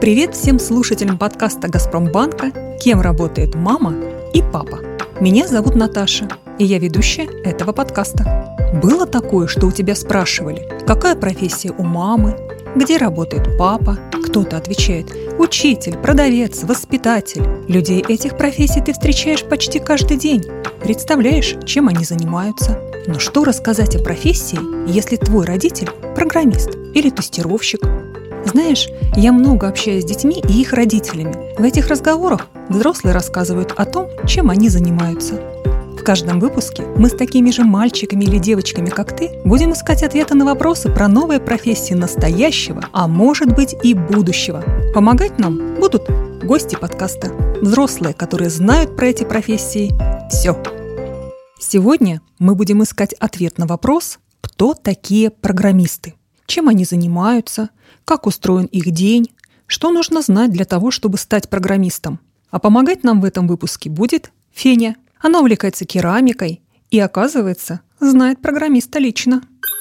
Привет всем слушателям подкаста «Газпромбанка», кем работает мама и папа. Меня зовут Наташа, и я ведущая этого подкаста. Было такое, что у тебя спрашивали, какая профессия у мамы, где работает папа? Кто-то отвечает: учитель, продавец, воспитатель. Людей этих профессий ты встречаешь почти каждый день. Представляешь, чем они занимаются? Но что рассказать о профессии, если твой родитель – программист или тестировщик? Знаешь, я много общаюсь с детьми и их родителями. В этих разговорах взрослые рассказывают о том, чем они занимаются. В каждом выпуске мы с такими же мальчиками или девочками, как ты, будем искать ответы на вопросы про новые профессии настоящего, а может быть и будущего. Помогать нам будут гости подкаста, взрослые, которые знают про эти профессии все. Сегодня мы будем искать ответ на вопрос, кто такие программисты, чем они занимаются, как устроен их день, что нужно знать для того, чтобы стать программистом. А помогать нам в этом выпуске будет Феня. Она увлекается керамикой и, оказывается, знает программиста лично.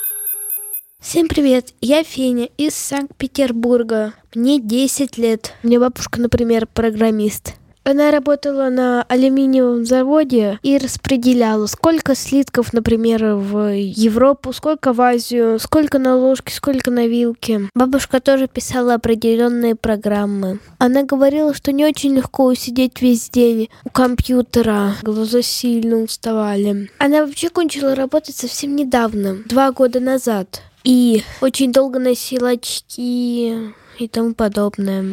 Всем привет, я Феня из Санкт-Петербурга. Мне 10 лет. У меня бабушка, например, программист. Она работала на алюминиевом заводе и распределяла, сколько слитков, например, в Европу, сколько в Азию, сколько на ложке, сколько на вилке. Бабушка тоже писала определенные программы. Она говорила, что не очень легко усидеть весь день у компьютера, глаза сильно уставали. Она вообще кончила работать совсем недавно, 2 года назад. И очень долго носила очки и тому подобное.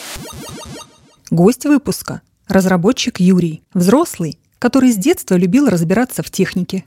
Гость выпуска – разработчик Юрий, взрослый, который с детства любил разбираться в технике.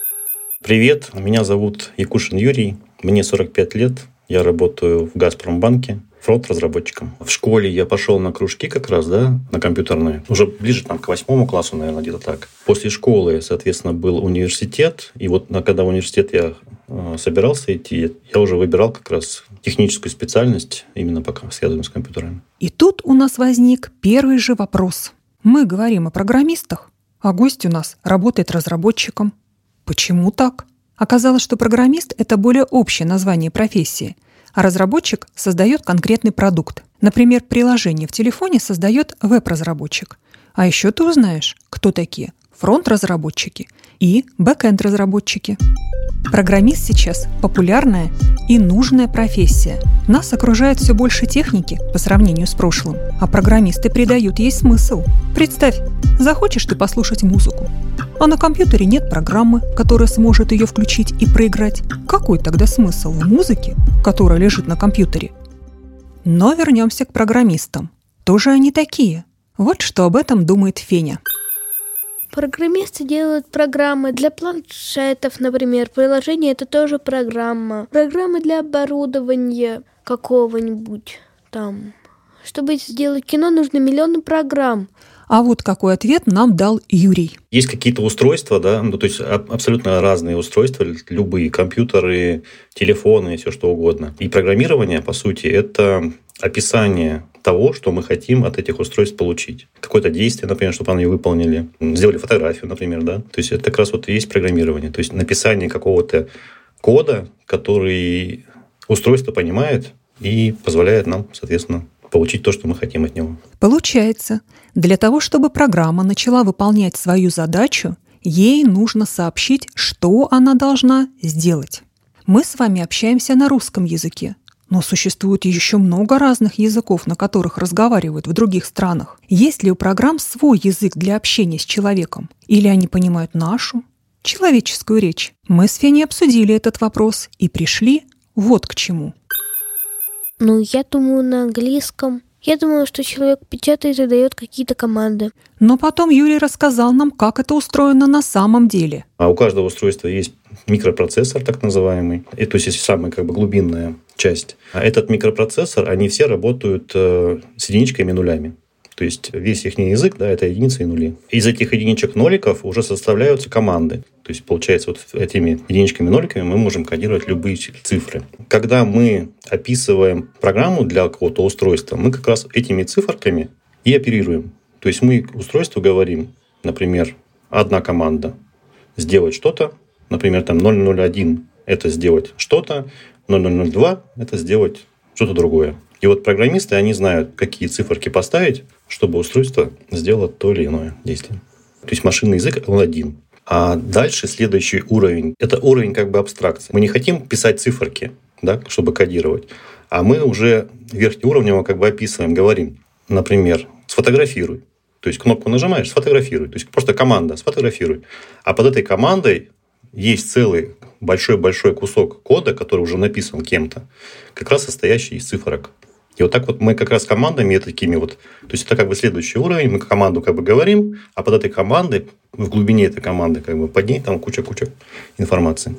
Привет, меня зовут Якушин Юрий, мне 45 лет, я работаю в Газпромбанке фронт-разработчиком. В школе я пошел на кружки как раз, на компьютерные, уже ближе к 8 классу, наверное, где-то так. После школы, соответственно, был университет, и вот когда в университет я собирался идти, я уже выбирал как раз техническую специальность, именно пока связанную с компьютерами. И тут у нас возник первый же вопрос. Мы говорим о программистах, а гость у нас работает разработчиком. Почему так? Оказалось, что программист – это более общее название профессии, а разработчик создает конкретный продукт. Например, приложение в телефоне создает веб-разработчик. А еще ты узнаешь, кто такие фронт-разработчики и бэк-энд-разработчики. Программист сейчас популярная и нужная профессия. Нас окружает все больше техники по сравнению с прошлым, а программисты придают ей смысл. Представь, захочешь ты послушать музыку, а на компьютере нет программы, которая сможет ее включить и проиграть. Какой тогда смысл в музыке, которая лежит на компьютере? Но вернемся к программистам. Тоже они такие. Вот что об этом думает Феня. Программисты делают программы для планшетов, например. Приложение — это тоже программа. Программы для оборудования какого-нибудь там. Чтобы сделать кино, нужно миллионы программ. А вот какой ответ нам дал Юрий. Есть какие-то устройства, то есть абсолютно разные устройства, любые компьютеры, телефоны, все что угодно. И программирование, по сути, это описание того, что мы хотим от этих устройств получить. Какое-то действие, например, чтобы они выполнили. Сделали фотографию, например, То есть это как раз и есть программирование. То есть написание какого-то кода, который устройство понимает и позволяет нам, соответственно, получить то, что мы хотим от него. Получается, для того, чтобы программа начала выполнять свою задачу, ей нужно сообщить, что она должна сделать. Мы с вами общаемся на русском языке, но существует еще много разных языков, на которых разговаривают в других странах. Есть ли у программ свой язык для общения с человеком? Или они понимают нашу, человеческую речь? Мы с Феней обсудили этот вопрос и пришли вот к чему. Я думаю, на английском. Я думаю, что человек печатает и дает какие-то команды. Но потом Юрий рассказал нам, как это устроено на самом деле. А у каждого устройства есть микропроцессор, так называемый. И, то есть самая глубинная часть. А этот микропроцессор, они все работают с единичками и нулями. То есть весь их язык, это единицы и нули. Из этих единичек ноликов уже составляются команды. То есть, получается, вот этими единичками и ноликами мы можем кодировать любые цифры. Когда мы описываем программу для какого-то устройства, мы как раз этими циферками и оперируем. То есть мы устройству говорим, например, одна команда сделать что-то, например, 001 это сделать что-то, 0002 это сделать что-то другое. И вот программисты, они знают, какие циферки поставить, чтобы устройство сделало то или иное действие. То есть машинный язык, он один. А дальше следующий уровень – это уровень как бы абстракции. Мы не хотим писать циферки, да, чтобы кодировать, а мы уже верхнеуровнево как бы описываем, говорим, например, сфотографируй. То есть кнопку нажимаешь, сфотографируй. То есть просто команда сфотографируй. А под этой командой есть целый большой-большой кусок кода, который уже написан кем-то, как раз состоящий из цифрок. И вот так вот мы как раз командами такими вот, то есть это как бы следующий уровень, мы команду как бы говорим, а под этой командой, в глубине этой команды, как бы под ней там куча информации.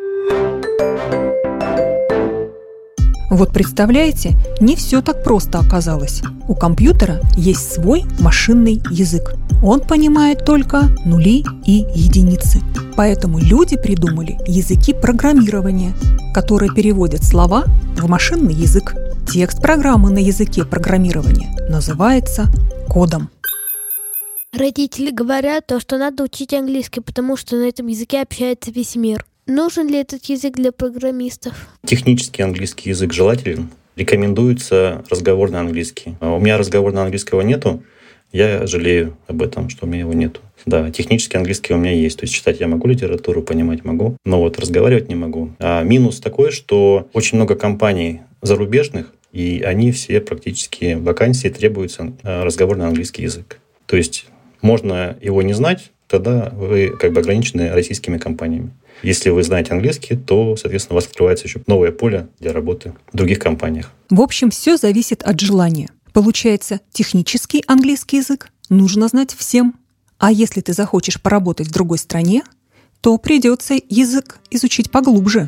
Вот представляете, не все так просто оказалось. У компьютера есть свой машинный язык. Он понимает только нули и единицы. Поэтому люди придумали языки программирования, которые переводят слова в машинный язык. Текст программы на языке программирования называется кодом. Родители говорят, что надо учить английский, потому что на этом языке общается весь мир. Нужен ли этот язык для программистов? Технический английский язык желателен. Рекомендуется разговорный английский. У меня разговорного английского нету. Я жалею об этом, что у меня его нету. Да, технический английский у меня есть. То есть читать я могу литературу, понимать могу, но вот разговаривать не могу. А минус такой, что очень много компаний зарубежных, и они все практически вакансии требуется разговорный английский язык. То есть можно его не знать, тогда вы как бы ограничены российскими компаниями. Если вы знаете английский, то, соответственно, у вас открывается еще новое поле для работы в других компаниях. В общем, все зависит от желания. Получается, технический английский язык нужно знать всем. А если ты захочешь поработать в другой стране, то придется язык изучить поглубже.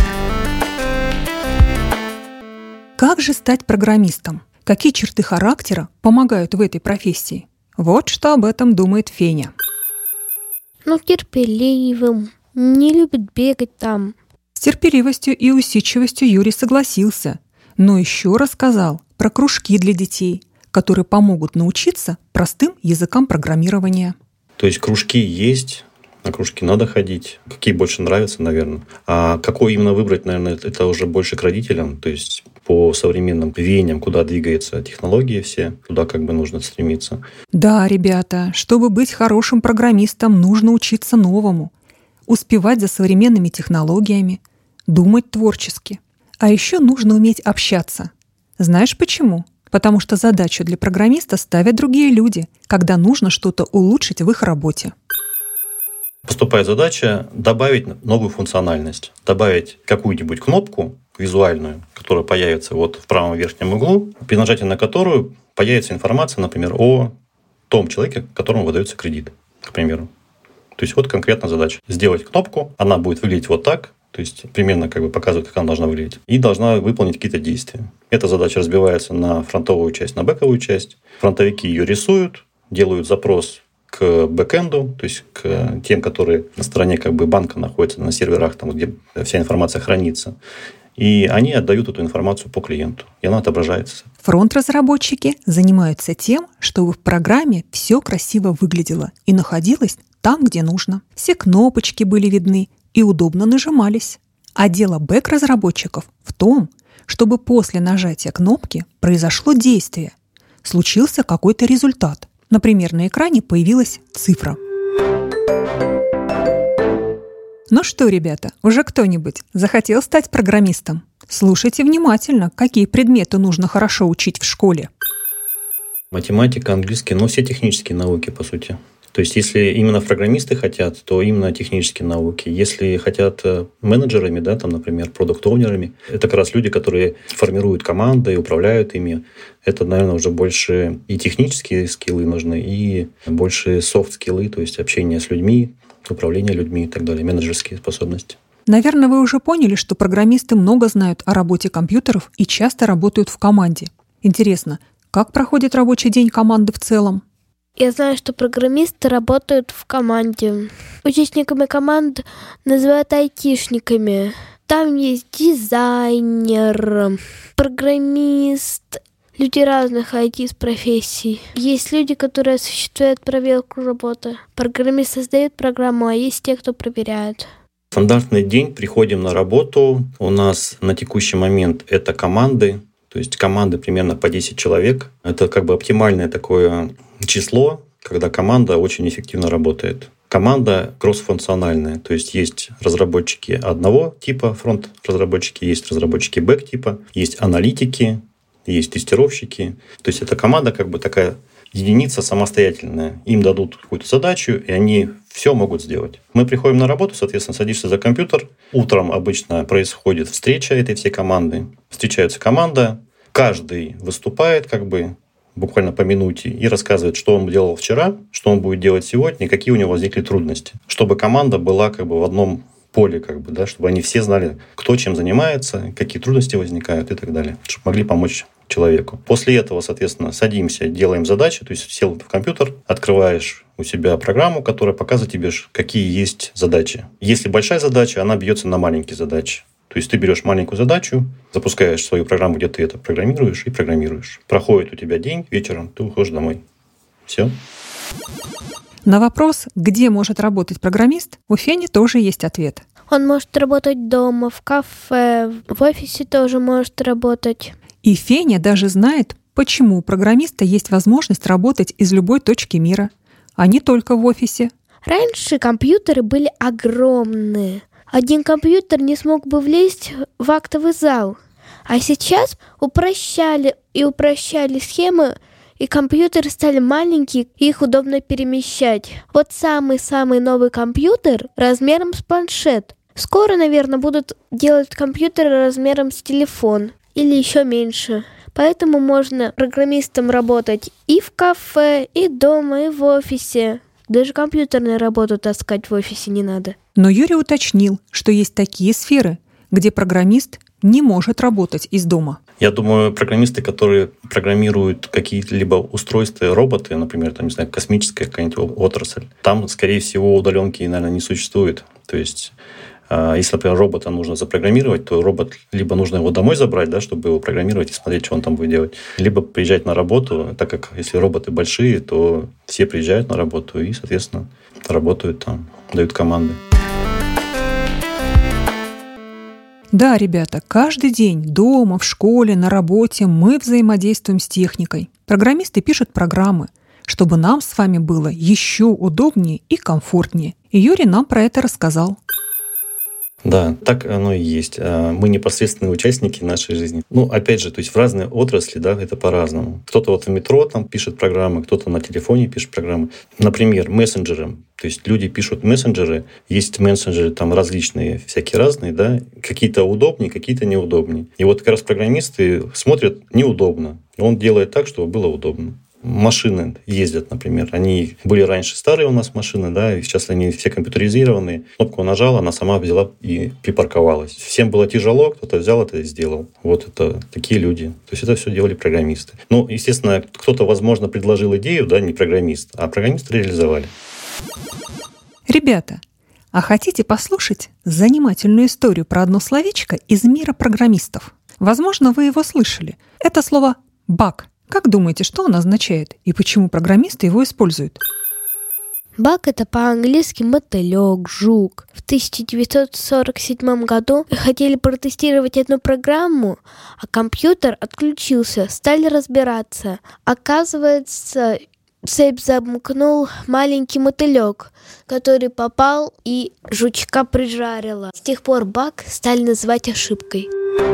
Как же стать программистом? Какие черты характера помогают в этой профессии? Вот что об этом думает Феня. Терпеливым, не любит бегать там. С терпеливостью и усидчивостью Юрий согласился, но еще рассказал про кружки для детей, которые помогут научиться простым языкам программирования. То есть кружки есть, на кружки надо ходить. Какие больше нравятся, наверное. А какой именно выбрать, наверное, это уже больше к родителям. То есть по современным веяниям, куда двигаются технологии все, туда как бы нужно стремиться. Да, ребята, чтобы быть хорошим программистом, нужно учиться новому, успевать за современными технологиями, думать творчески. А еще нужно уметь общаться. Знаешь почему? Потому что задачу для программиста ставят другие люди, когда нужно что-то улучшить в их работе. Поступает задача добавить новую функциональность, добавить какую-нибудь кнопку визуальную, которая появится вот в правом верхнем углу, при нажатии на которую появится информация, например, о том человеке, которому выдается кредит, к примеру. То есть вот конкретная задача. Сделать кнопку, она будет выглядеть вот так, то есть примерно как бы показывает, как она должна выглядеть, и должна выполнить какие-то действия. Эта задача разбивается на фронтовую часть, на бэковую часть. Фронтовики ее рисуют, делают запрос к бэкэнду, то есть к тем, которые на стороне как бы банка находятся на серверах, там, где вся информация хранится. И они отдают эту информацию по клиенту, и она отображается. Фронт-разработчики занимаются тем, чтобы в программе все красиво выглядело и находилось там, где нужно. Все кнопочки были видны и удобно нажимались. А дело бэк-разработчиков в том, чтобы после нажатия кнопки произошло действие, случился какой-то результат. Например, на экране появилась цифра. Ну что, ребята, уже кто-нибудь захотел стать программистом? Слушайте внимательно, какие предметы нужно хорошо учить в школе. Математика, английский, все технические науки, по сути. То есть, если именно программисты хотят, то именно технические науки. Если хотят менеджерами, да, там, например, продукт-оунерами, это как раз люди, которые формируют команды и управляют ими. Это, наверное, уже больше и технические скиллы нужны, и больше софт-скиллы, то есть общение с людьми, управление людьми и так далее, менеджерские способности. Наверное, вы уже поняли, что программисты много знают о работе компьютеров и часто работают в команде. Интересно, как проходит рабочий день команды в целом? Я знаю, что программисты работают в команде. Участниками команд называют айтишниками. Там есть дизайнер, программист, люди разных IT-профессий. Есть люди, которые осуществляют проверку работы. Программист создает программу, а есть те, кто проверяет. Стандартный день, приходим на работу. У нас на текущий момент это команды То есть команды примерно по 10 человек. Это как бы оптимальное такое число, когда команда очень эффективно работает. Команда кроссфункциональная, то есть есть разработчики одного типа, фронт-разработчики, есть разработчики бэк-типа, есть аналитики, есть тестировщики. То есть эта команда как бы такая единица самостоятельная. Им дадут какую-то задачу, и они все могут сделать. Мы приходим на работу, соответственно, садишься за компьютер. Утром обычно происходит встреча этой всей команды. Встречается команда, каждый выступает как бы буквально по минуте и рассказывает, что он делал вчера, что он будет делать сегодня и какие у него возникли трудности. Чтобы команда была как бы в одном поле, как бы, да, чтобы они все знали, кто чем занимается, какие трудности возникают и так далее, чтобы могли помочь человеку. После этого, соответственно, садимся, делаем задачи, то есть сел в компьютер, открываешь у себя программу, которая показывает тебе, какие есть задачи. Если большая задача, она бьется на маленькие задачи. То есть ты берешь маленькую задачу, запускаешь свою программу, где ты это программируешь, и программируешь. Проходит у тебя день, вечером ты уходишь домой. Все. На вопрос, где может работать программист, у Фени тоже есть ответ. Он может работать дома, в кафе, в офисе тоже может работать. И Феня даже знает, почему у программиста есть возможность работать из любой точки мира, а не только в офисе. Раньше компьютеры были огромные. Один компьютер не смог бы влезть в актовый зал. А сейчас упрощали схемы, и компьютеры стали маленькие, и их удобно перемещать. Вот самый-самый новый компьютер размером с планшет. Скоро, наверное, будут делать компьютеры размером с телефон или еще меньше. Поэтому можно программистом работать и в кафе, и дома, и в офисе. Даже компьютерную работу таскать в офисе не надо. Но Юрий уточнил, что есть такие сферы, где программист не может работать из дома. Я думаю, программисты, которые программируют какие-либо устройства, роботы, например, там, не знаю, космическая какая-нибудь отрасль, там, скорее всего, удаленки, наверное, не существует. То есть, если, например, робота нужно запрограммировать, то робот либо нужно его домой забрать, да, чтобы его программировать и смотреть, что он там будет делать, либо приезжать на работу, так как если роботы большие, то все приезжают на работу и, соответственно, работают там, дают команды. Да, ребята, каждый день дома, в школе, на работе мы взаимодействуем с техникой. Программисты пишут программы, чтобы нам с вами было еще удобнее и комфортнее. И Юрий нам про это рассказал. Да, так оно и есть. Мы непосредственные участники нашей жизни. Опять же, то есть в разные отрасли, да, это по-разному. Кто-то вот в метро там пишет программы, кто-то на телефоне пишет программы. Например, мессенджеры. То есть люди пишут мессенджеры. Есть мессенджеры там различные, всякие разные, да. Какие-то удобнее, какие-то неудобнее. И вот как раз программисты смотрят неудобно. Он делает так, чтобы было удобно. Машины ездят, например. Они были раньше старые у нас машины, да, и сейчас они все компьютеризированные. Кнопку нажал, она сама взяла и припарковалась. Всем было тяжело, кто-то взял это и сделал. Вот это такие люди. То есть это все делали программисты. Естественно, кто-то, возможно, предложил идею, да, не программист, а программисты реализовали. Ребята, а хотите послушать занимательную историю про одно словечко из мира программистов? Возможно, вы его слышали. Это слово «баг». Как думаете, что он означает и почему программисты его используют? Баг — это по-английски мотылек, жук. В 1947 году хотели протестировать одну программу, а компьютер отключился, стали разбираться. Оказывается, цепь замкнул маленький мотылек, который попал и жучка прижарило. С тех пор баг стали называть ошибкой.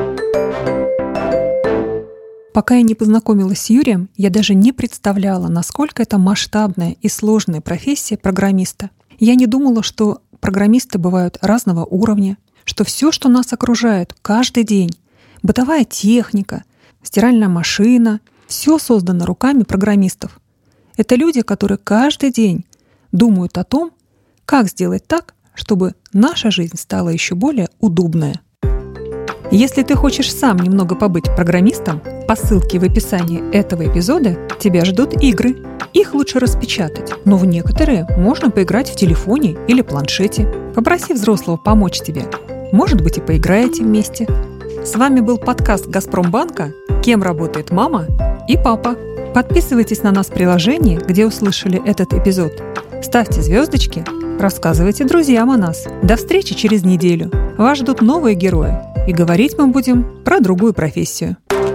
Пока я не познакомилась с Юрием, я даже не представляла, насколько это масштабная и сложная профессия программиста. Я не думала, что программисты бывают разного уровня, что все, что нас окружает каждый день, бытовая техника, стиральная машина, все создано руками программистов. Это люди, которые каждый день думают о том, как сделать так, чтобы наша жизнь стала еще более удобная. Если ты хочешь сам немного побыть программистом, по ссылке в описании этого эпизода тебя ждут игры. Их лучше распечатать, но в некоторые можно поиграть в телефоне или планшете. Попроси взрослого помочь тебе. Может быть, и поиграете вместе. С вами был подкаст «Газпромбанка. Кем работает мама и папа». Подписывайтесь на нас в приложении, где услышали этот эпизод. Ставьте звездочки, рассказывайте друзьям о нас. До встречи через неделю. Вас ждут новые герои. И говорить мы будем про другую профессию.